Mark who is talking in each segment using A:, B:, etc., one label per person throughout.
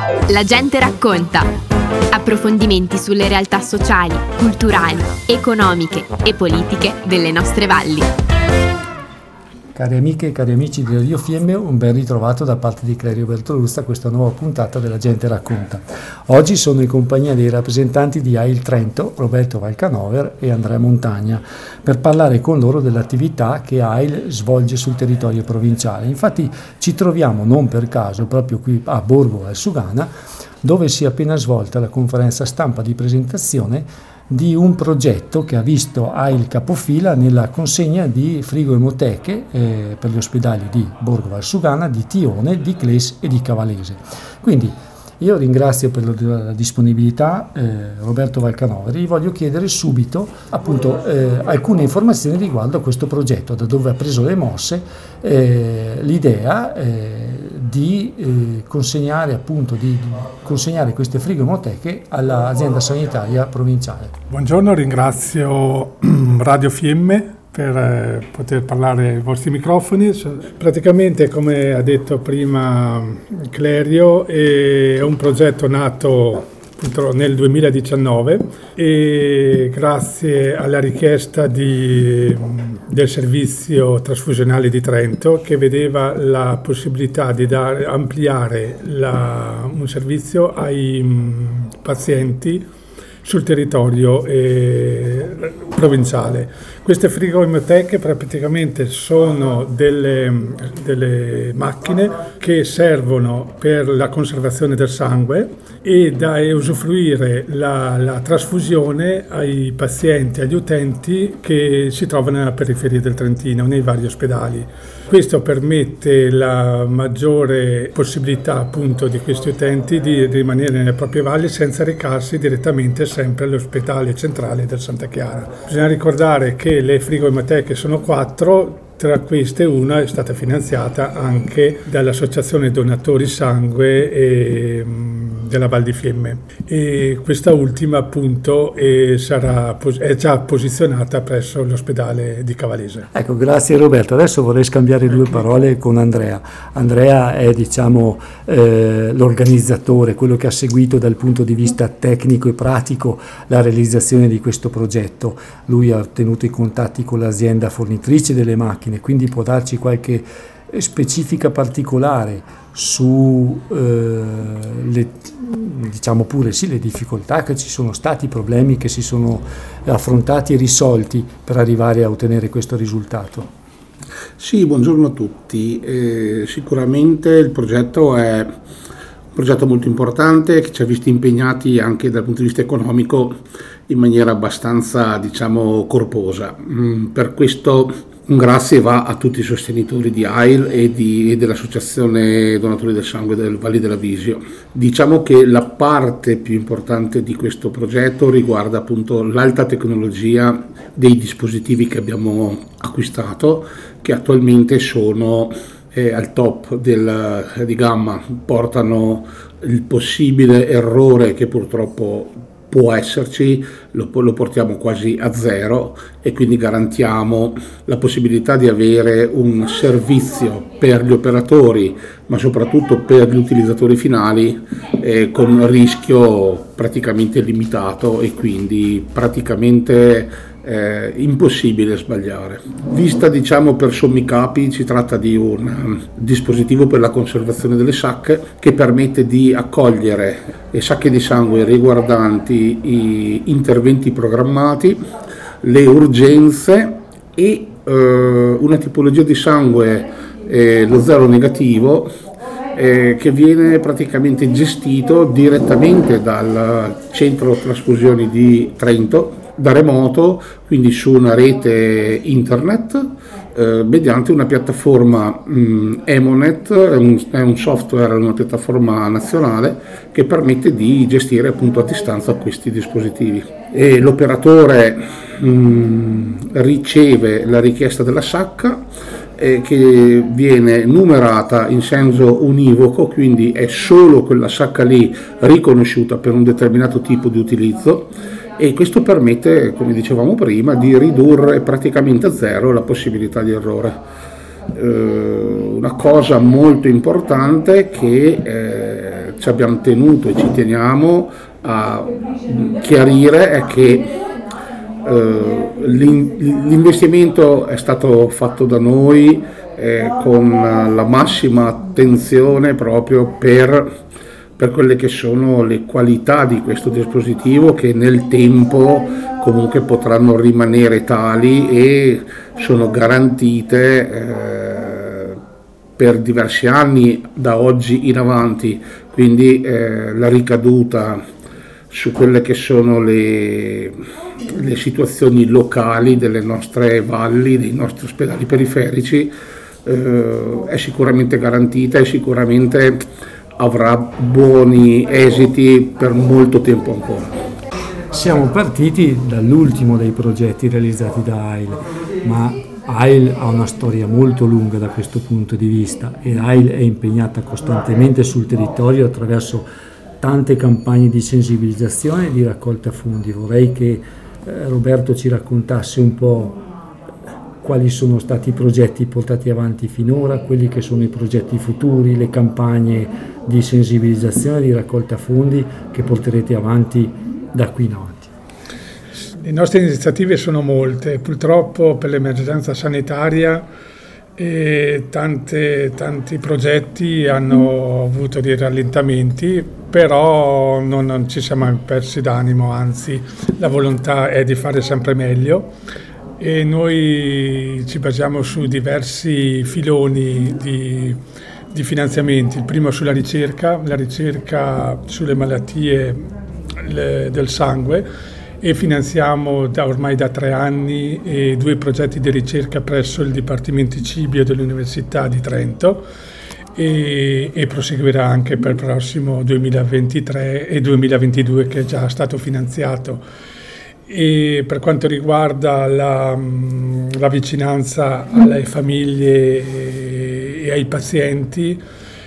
A: La gente racconta. Approfondimenti sulle realtà sociali, culturali, economiche e politiche delle nostre valli.
B: Cari amiche e cari amici di Radio Fiemme, un ben ritrovato da parte di Clerio Bertolusta a questa nuova puntata della Gente Racconta. Oggi sono in compagnia dei rappresentanti di AIL Trento, Roberto Valcanover e Andrea Montagna, per parlare con loro dell'attività che AIL svolge sul territorio provinciale. Infatti ci troviamo non per caso proprio qui a Borgo Valsugana, dove si è appena svolta la conferenza stampa di presentazione di un progetto che ha visto AIL capofila nella consegna di frigo emoteche per gli ospedali di Borgo Valsugana, di Tione, di Cles e di Cavalese. Quindi io ringrazio per la disponibilità Roberto Valcanover e gli voglio chiedere subito appunto alcune informazioni riguardo a questo progetto, da dove ha preso le mosse l'idea di consegnare queste frigo emoteche all'azienda sanitaria provinciale.
C: Buongiorno, ringrazio Radio Fiemme per poter parlare ai vostri microfoni. Praticamente, come ha detto prima Clerio, è un progetto nato nel 2019 e grazie alla richiesta del servizio trasfusionale di Trento, che vedeva la possibilità di ampliare un servizio ai pazienti sul territorio provinciale. Queste frigo emoteche praticamente sono delle macchine che servono per la conservazione del sangue e da usufruire la trasfusione ai pazienti, agli utenti che si trovano nella periferia del Trentino, nei vari ospedali. Questo permette la maggiore possibilità appunto di questi utenti di rimanere nelle proprie valli senza recarsi direttamente sempre all'ospedale centrale del Santa Chiara. Bisogna ricordare che le frigo emoteche sono 4, tra queste una è stata finanziata anche dall'Associazione Donatori Sangue della Val di Fiemme, e questa ultima appunto è già posizionata presso l'ospedale di Cavalese.
B: Ecco, grazie Roberto. Adesso vorrei scambiare due parole con Andrea. Andrea è l'organizzatore, quello che ha seguito dal punto di vista tecnico e pratico la realizzazione di questo progetto. Lui ha tenuto i contatti con l'azienda fornitrice delle macchine, quindi può darci qualche specifica particolare su le difficoltà che ci sono stati, i problemi che si sono affrontati e risolti per arrivare a ottenere questo risultato.
D: Sì, buongiorno a tutti. Sicuramente il progetto è un progetto molto importante che ci ha visti impegnati anche dal punto di vista economico in maniera abbastanza, corposa. Per questo un grazie va a tutti i sostenitori di AIL e dell'Associazione Donatori del Sangue del Valli dell'Avisio. Diciamo che la parte più importante di questo progetto riguarda appunto l'alta tecnologia dei dispositivi che abbiamo acquistato, che attualmente sono al top di gamma, portano il possibile errore che purtroppo può esserci, lo portiamo quasi a zero, e quindi garantiamo la possibilità di avere un servizio per gli operatori, ma soprattutto per gli utilizzatori finali, con rischio praticamente limitato e quindi praticamente impossibile sbagliare. Vista per sommi capi, si tratta di un dispositivo per la conservazione delle sacche che permette di accogliere sacche di sangue riguardanti i interventi programmati, le urgenze e una tipologia di sangue, lo zero negativo, che viene praticamente gestito direttamente dal centro trasfusioni di Trento, da remoto, quindi su una rete internet, mediante una piattaforma Emonet, è un software, una piattaforma nazionale che permette di gestire appunto a distanza questi dispositivi. E l'operatore riceve la richiesta della sacca, che viene numerata in senso univoco, quindi è solo quella sacca lì riconosciuta per un determinato tipo di utilizzo, e questo permette, come dicevamo prima, di ridurre praticamente a zero la possibilità di errore. Una cosa molto importante che ci abbiamo tenuto e ci teniamo a chiarire è che l'investimento è stato fatto da noi con la massima attenzione proprio per quelle che sono le qualità di questo dispositivo, che nel tempo comunque potranno rimanere tali e sono garantite per diversi anni da oggi in avanti. Quindi la ricaduta su quelle che sono le situazioni locali delle nostre valli, dei nostri ospedali periferici è sicuramente garantita e sicuramente avrà buoni esiti per molto tempo ancora.
B: Siamo partiti dall'ultimo dei progetti realizzati da AIL, ma AIL ha una storia molto lunga da questo punto di vista e AIL è impegnata costantemente sul territorio attraverso tante campagne di sensibilizzazione e di raccolta fondi. Vorrei che Roberto ci raccontasse un po' quali sono stati i progetti portati avanti finora, quelli che sono i progetti futuri, le campagne di sensibilizzazione e di raccolta fondi che porterete avanti da qui in avanti.
C: Le nostre iniziative sono molte, purtroppo per l'emergenza sanitaria tanti progetti hanno avuto dei rallentamenti, però non ci siamo persi d'animo, anzi la volontà è di fare sempre meglio. E noi ci basiamo su diversi filoni di finanziamenti. Il primo sulla ricerca, la ricerca sulle malattie del sangue, e finanziamo ormai da 3 anni 2 progetti di ricerca presso il Dipartimento Cibio dell'Università di Trento e proseguirà anche per il prossimo 2023 e 2022 che è già stato finanziato. E per quanto riguarda la vicinanza alle famiglie e ai pazienti,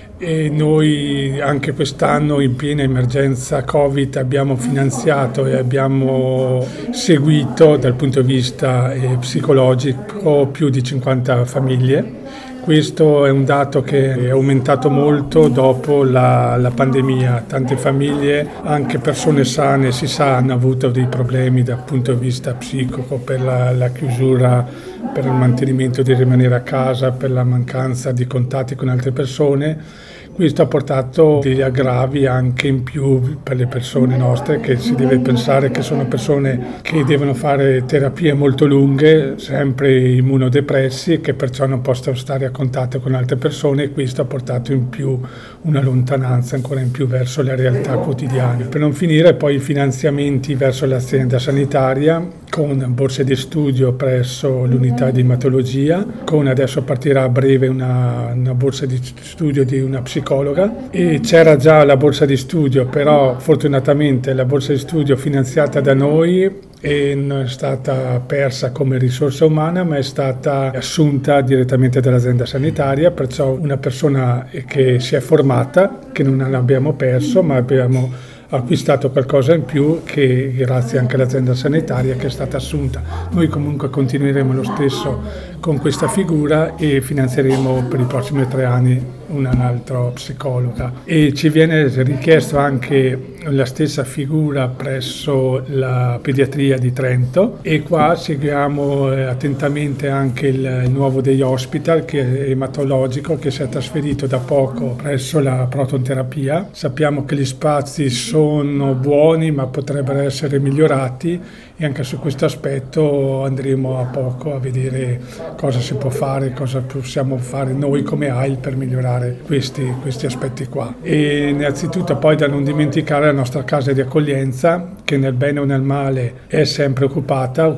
C: noi anche quest'anno in piena emergenza Covid abbiamo finanziato e abbiamo seguito dal punto di vista psicologico più di 50 famiglie. Questo è un dato che è aumentato molto dopo la pandemia. Tante famiglie, anche persone sane, si sa, hanno avuto dei problemi dal punto di vista psichico per la chiusura, per il mantenimento di rimanere a casa, per la mancanza di contatti con altre persone. Questo ha portato degli aggravi anche in più per le persone nostre, che si deve pensare che sono persone che devono fare terapie molto lunghe, sempre immunodepressi, e che perciò non possono stare a contatto con altre persone, e questo ha portato in più una lontananza ancora in più verso la realtà quotidiana. Per non finire poi i finanziamenti verso l'azienda sanitaria, con borse di studio presso l'unità di ematologia, con adesso partirà a breve una borsa di studio di una psicologa, e c'era già la borsa di studio, però fortunatamente la borsa di studio finanziata da noi e non è stata persa come risorsa umana, ma è stata assunta direttamente dall'azienda sanitaria, perciò una persona che si è formata, che non l'abbiamo perso, ma abbiamo acquistato qualcosa in più, che grazie anche all'azienda sanitaria che è stata assunta. Noi comunque continueremo lo stesso con questa figura e finanzieremo per i prossimi 3 anni un'altra psicologa, e ci viene richiesto anche la stessa figura presso la pediatria di Trento, e qua seguiamo attentamente anche il nuovo Day Hospital, che è ematologico, che si è trasferito da poco presso la protonterapia. Sappiamo che gli spazi sono buoni ma potrebbero essere migliorati, e anche su questo aspetto andremo a poco a vedere cosa si può fare, cosa possiamo fare noi come AIL per migliorare questi aspetti qua. E innanzitutto poi da non dimenticare la nostra casa di accoglienza, che nel bene o nel male è sempre occupata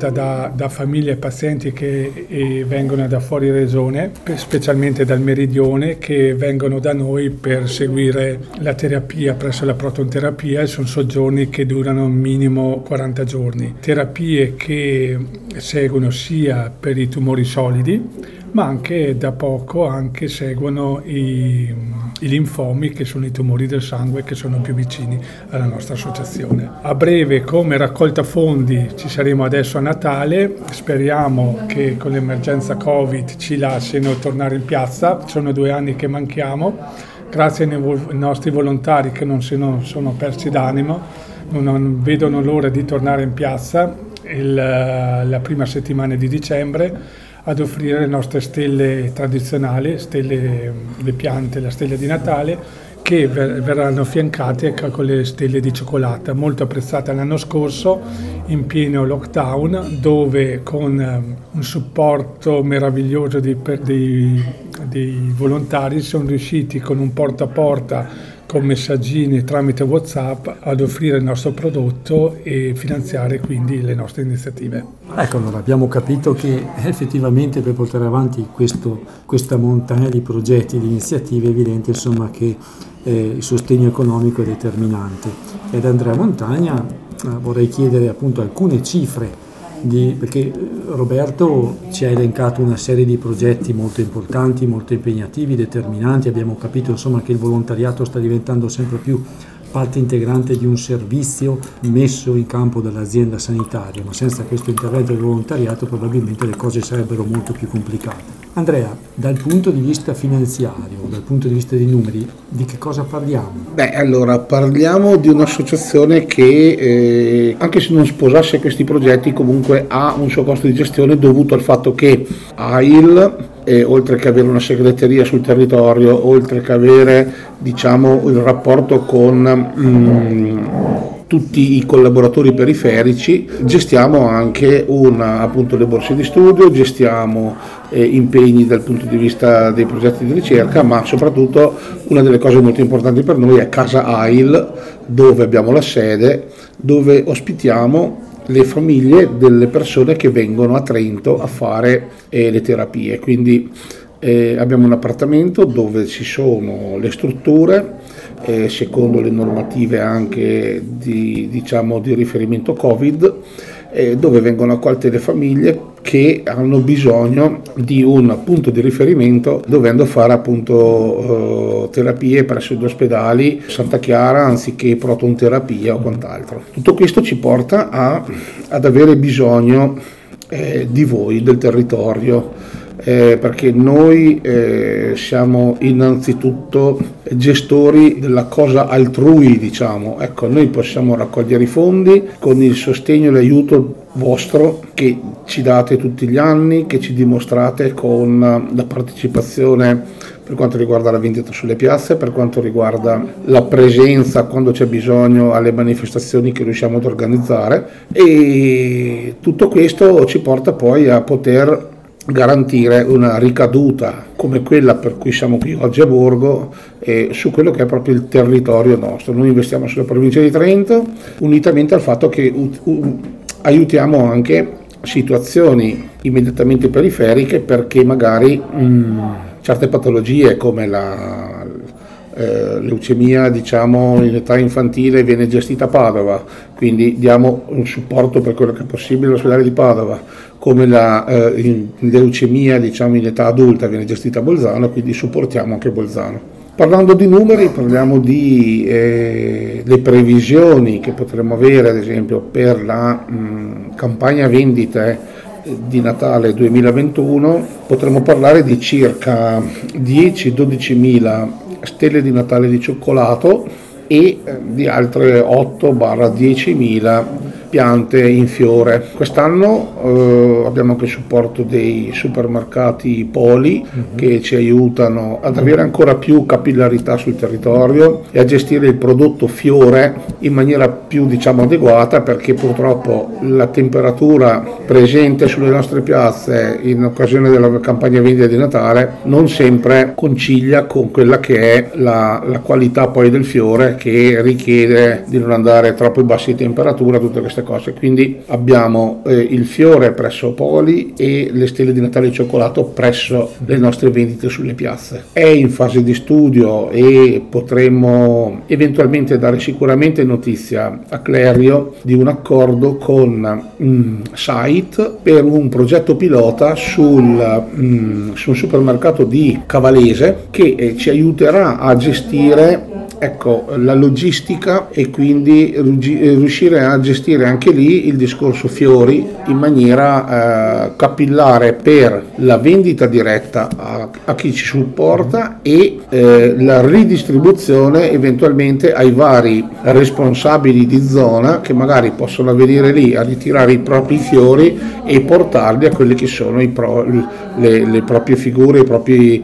C: da famiglie e pazienti che vengono da fuori regione, specialmente dal meridione, che vengono da noi per seguire la terapia presso la protonterapia, e sono soggiorni che durano minimo 40 giorni. Terapie che seguono sia per i tumori solidi, ma anche da poco seguono i linfomi, che sono i tumori del sangue che sono più vicini alla nostra associazione. A breve, come raccolta fondi, ci saremo adesso a Natale, speriamo che con l'emergenza Covid ci lasciano tornare in piazza, sono 2 anni che manchiamo, grazie ai nostri volontari che non sono persi d'animo, non vedono l'ora di tornare in piazza la prima settimana di dicembre ad offrire le nostre stelle tradizionali, le piante, la stella di Natale, che verranno affiancate con le stelle di cioccolata, molto apprezzate l'anno scorso in pieno lockdown, dove con un supporto meraviglioso dei volontari sono riusciti con un porta a porta con messaggini tramite WhatsApp ad offrire il nostro prodotto e finanziare quindi le nostre iniziative.
B: Ecco, allora abbiamo capito che effettivamente per portare avanti questa montagna di progetti, di iniziative, è evidente insomma che il sostegno economico è determinante. Ed Andrea Montagna vorrei chiedere appunto alcune cifre, perché Roberto ci ha elencato una serie di progetti molto importanti, molto impegnativi, determinanti. Abbiamo capito insomma che il volontariato sta diventando sempre più parte integrante di un servizio messo in campo dall'azienda sanitaria, ma senza questo intervento del volontariato probabilmente le cose sarebbero molto più complicate. Andrea, dal punto di vista finanziario, dal punto di vista dei numeri, di che cosa parliamo?
D: Allora parliamo di un'associazione che anche se non sposasse questi progetti comunque ha un suo costo di gestione dovuto al fatto che AIL, oltre che avere una segreteria sul territorio, oltre che avere diciamo il rapporto con tutti i collaboratori periferici, gestiamo anche appunto le borse di studio, gestiamo impegni dal punto di vista dei progetti di ricerca, ma soprattutto una delle cose molto importanti per noi è Casa AIL, dove abbiamo la sede, dove ospitiamo le famiglie delle persone che vengono a Trento a fare le terapie. Quindi abbiamo un appartamento dove ci sono le strutture secondo le normative anche di riferimento Covid, dove vengono accolte le famiglie che hanno bisogno di un punto di riferimento dovendo fare appunto terapie presso gli ospedali Santa Chiara anziché protonterapia o quant'altro. Tutto questo ci porta ad avere bisogno di voi, del territorio, perché noi siamo innanzitutto gestori della cosa altrui, diciamo. Ecco, noi possiamo raccogliere i fondi con il sostegno e l'aiuto vostro che ci date tutti gli anni, che ci dimostrate con la partecipazione per quanto riguarda la vendita sulle piazze, per quanto riguarda la presenza quando c'è bisogno alle manifestazioni che riusciamo ad organizzare, e tutto questo ci porta poi a poter garantire una ricaduta come quella per cui siamo qui oggi a Borgo su quello che è proprio il territorio nostro. Noi investiamo sulla provincia di Trento, unitamente al fatto che aiutiamo anche situazioni immediatamente periferiche, perché magari certe patologie come la leucemia leucemia in età infantile viene gestita a Padova, quindi diamo un supporto per quello che è possibile all'ospedale di Padova, come la leucemia in età adulta viene gestita a Bolzano, quindi supportiamo anche Bolzano. Parlando di numeri, parliamo di le previsioni che potremmo avere ad esempio per la campagna vendite di Natale 2021. Potremmo parlare di circa 10-12 mila stelle di Natale di cioccolato e di altre 8-10 mila piante in fiore. Quest'anno abbiamo anche il supporto dei supermercati Poli che ci aiutano ad avere ancora più capillarità sul territorio e a gestire il prodotto fiore in maniera più adeguata, perché purtroppo la temperatura presente sulle nostre piazze in occasione della campagna vendita di Natale non sempre concilia con quella che è la qualità poi del fiore, che richiede di non andare troppo in bassi di temperatura, tutte queste cose. Quindi abbiamo il fiore presso Poli e le stelle di Natale di cioccolato presso le nostre vendite sulle piazze. È in fase di studio e potremo eventualmente dare sicuramente notizia a Clerio di un accordo con Site per un progetto pilota su un supermercato di Cavalese che ci aiuterà a gestire la logistica e quindi riuscire a gestire anche lì il discorso fiori in maniera capillare per la vendita diretta a chi ci supporta e la ridistribuzione eventualmente ai vari responsabili di zona che magari possono venire lì a ritirare i propri fiori e portarli a quelle che sono le proprie figure, le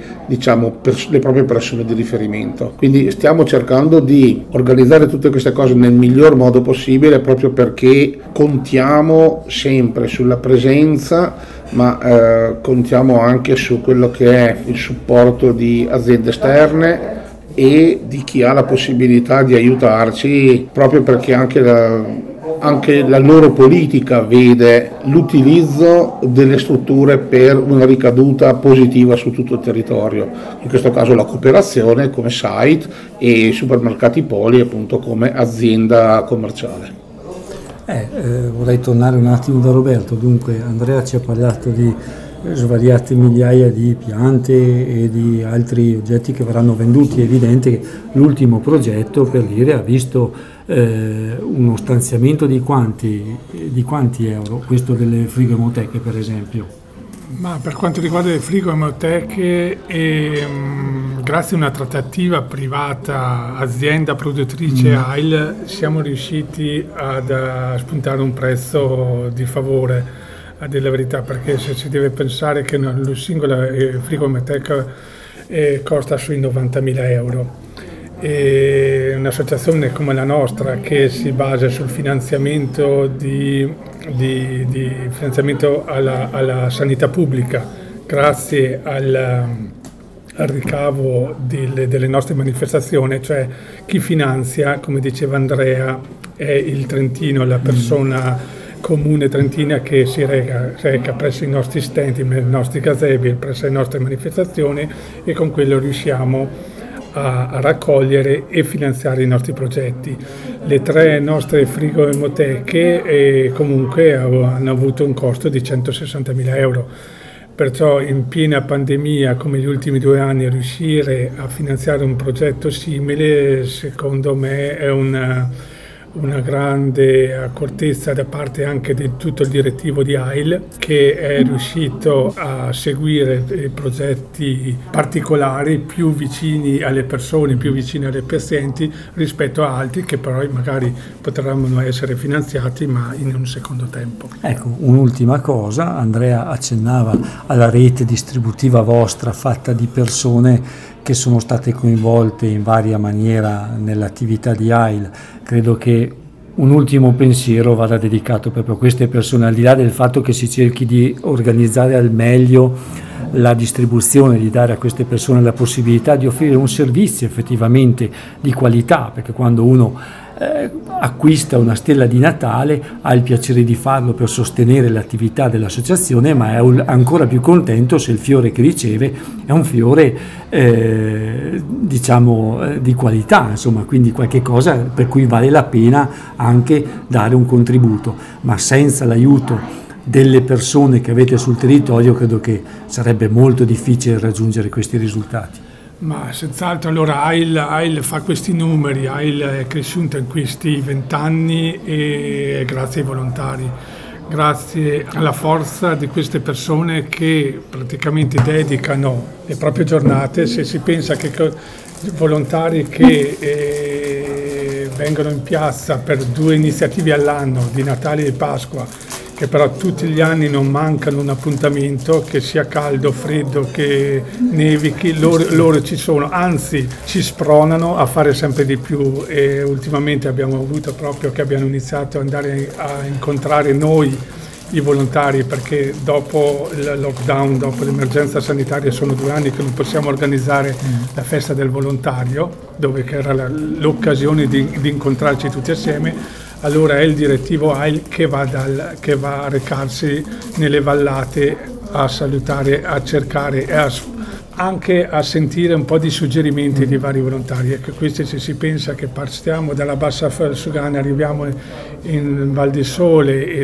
D: proprie persone di riferimento. Quindi stiamo cercando di organizzare tutte queste cose nel miglior modo possibile, proprio perché contiamo sempre sulla presenza, ma contiamo anche su quello che è il supporto di aziende esterne e di chi ha la possibilità di aiutarci, proprio perché anche la loro politica vede l'utilizzo delle strutture per una ricaduta positiva su tutto il territorio, in questo caso la cooperazione come Site e i supermercati Poli appunto come azienda commerciale.
B: Vorrei tornare un attimo da Roberto. Dunque Andrea ci ha parlato di svariate migliaia di piante e di altri oggetti che verranno venduti. È evidente che l'ultimo progetto, per dire, ha visto uno stanziamento di quanti euro, questo delle frigomoteche per esempio?
C: Ma per quanto riguarda le frigomoteche, grazie a una trattativa privata azienda produttrice AIL siamo riusciti a spuntare un prezzo di favore, a dire la verità, perché se si deve pensare che una singola frigomoteca costa sui 90.000 euro. E un'associazione come la nostra, che si basa sul finanziamento di finanziamento alla sanità pubblica grazie al ricavo delle nostre manifestazioni, cioè chi finanzia, come diceva Andrea, è il trentino, la persona comune trentina che si reca presso i nostri stand, nei nostri gazebi, presso le nostre manifestazioni, e con quello riusciamo a raccogliere e finanziare i nostri progetti. Le 3 nostre frigomoteche comunque hanno avuto un costo di 160.000 euro, perciò in piena pandemia come gli ultimi 2 anni riuscire a finanziare un progetto simile secondo me è una grande accortezza da parte anche di tutto il direttivo di AIL, che è riuscito a seguire progetti particolari più vicini alle persone, più vicini alle pazienti rispetto a altri che però magari potranno essere finanziati ma in un secondo tempo.
B: Ecco, un'ultima cosa, Andrea accennava alla rete distributiva vostra fatta di persone che sono state coinvolte in varia maniera nell'attività di AIL. Credo che un ultimo pensiero vada dedicato proprio a queste persone, al di là del fatto che si cerchi di organizzare al meglio la distribuzione, di dare a queste persone la possibilità di offrire un servizio effettivamente di qualità, perché quando uno acquista una stella di Natale ha il piacere di farlo per sostenere l'attività dell'associazione, ma è ancora più contento se il fiore che riceve è un fiore di qualità, insomma, quindi qualche cosa per cui vale la pena anche dare un contributo, ma senza l'aiuto delle persone che avete sul territorio credo che sarebbe molto difficile raggiungere questi risultati.
C: Ma senz'altro, allora AIL fa questi numeri, AIL è cresciuta in questi 20 anni e grazie ai volontari, grazie alla forza di queste persone che praticamente dedicano le proprie giornate. Se si pensa che volontari che vengono in piazza per 2 iniziative all'anno, di Natale e Pasqua, che però tutti gli anni non mancano un appuntamento, che sia caldo, freddo, che nevichi, loro ci sono, anzi ci spronano a fare sempre di più, e ultimamente abbiamo avuto proprio che abbiano iniziato ad andare a incontrare noi i volontari, perché dopo il lockdown, dopo l'emergenza sanitaria, sono 2 anni che non possiamo organizzare la festa del volontario, dove che era l'occasione di incontrarci tutti assieme. allora è il direttivo AIL che va a recarsi nelle vallate a salutare, a cercare e anche a sentire un po' di suggerimenti di vari volontari. Ecco, questi, se si pensa che partiamo dalla Bassa Valsugana, arriviamo in Val di Sole e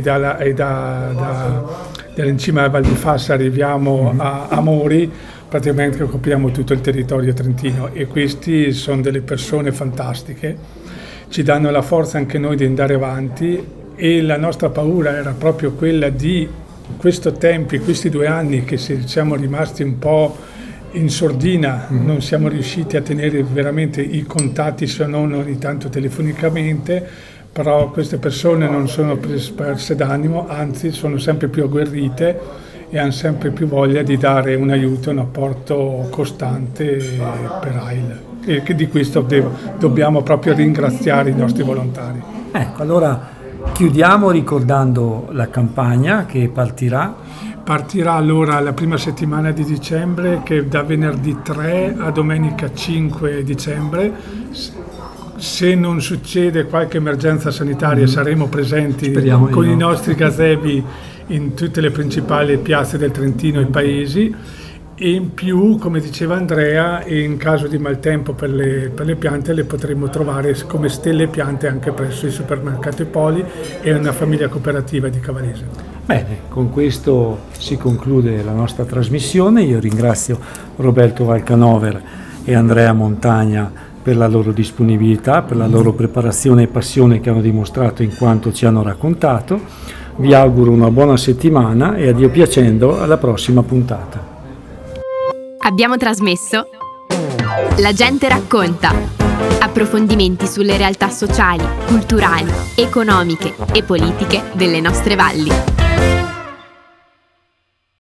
C: in cima alla Val di Fassa arriviamo a Mori, praticamente copriamo tutto il territorio trentino, e questi sono delle persone fantastiche, ci danno la forza anche noi di andare avanti, e la nostra paura era proprio quella di questi 2 anni che siamo rimasti un po' in sordina, non siamo riusciti a tenere veramente i contatti, se non ogni tanto telefonicamente, però queste persone non sono perse d'animo, anzi sono sempre più agguerrite e hanno sempre più voglia di dare un aiuto, un apporto costante per AIL, e che di questo dobbiamo proprio ringraziare i nostri volontari.
B: Ecco, allora chiudiamo ricordando la campagna che partirà allora la prima settimana di dicembre, che da venerdì 3 a domenica 5 dicembre. Se non succede qualche emergenza sanitaria saremo presenti con i nostri gazebi in tutte le principali piazze del Trentino e paesi, e in più, come diceva Andrea, in caso di maltempo per le piante le potremo trovare come stelle piante anche presso i supermercati Poli e una famiglia cooperativa di Cavarese. Bene, con questo si conclude la nostra trasmissione. Io ringrazio Roberto Valcanover e Andrea Montagna per la loro disponibilità, per la loro preparazione e passione che hanno dimostrato in quanto ci hanno raccontato. Vi auguro una buona settimana e, a Dio piacendo, alla prossima puntata.
A: Abbiamo trasmesso La gente racconta. Approfondimenti sulle realtà sociali, culturali, economiche e politiche delle nostre valli.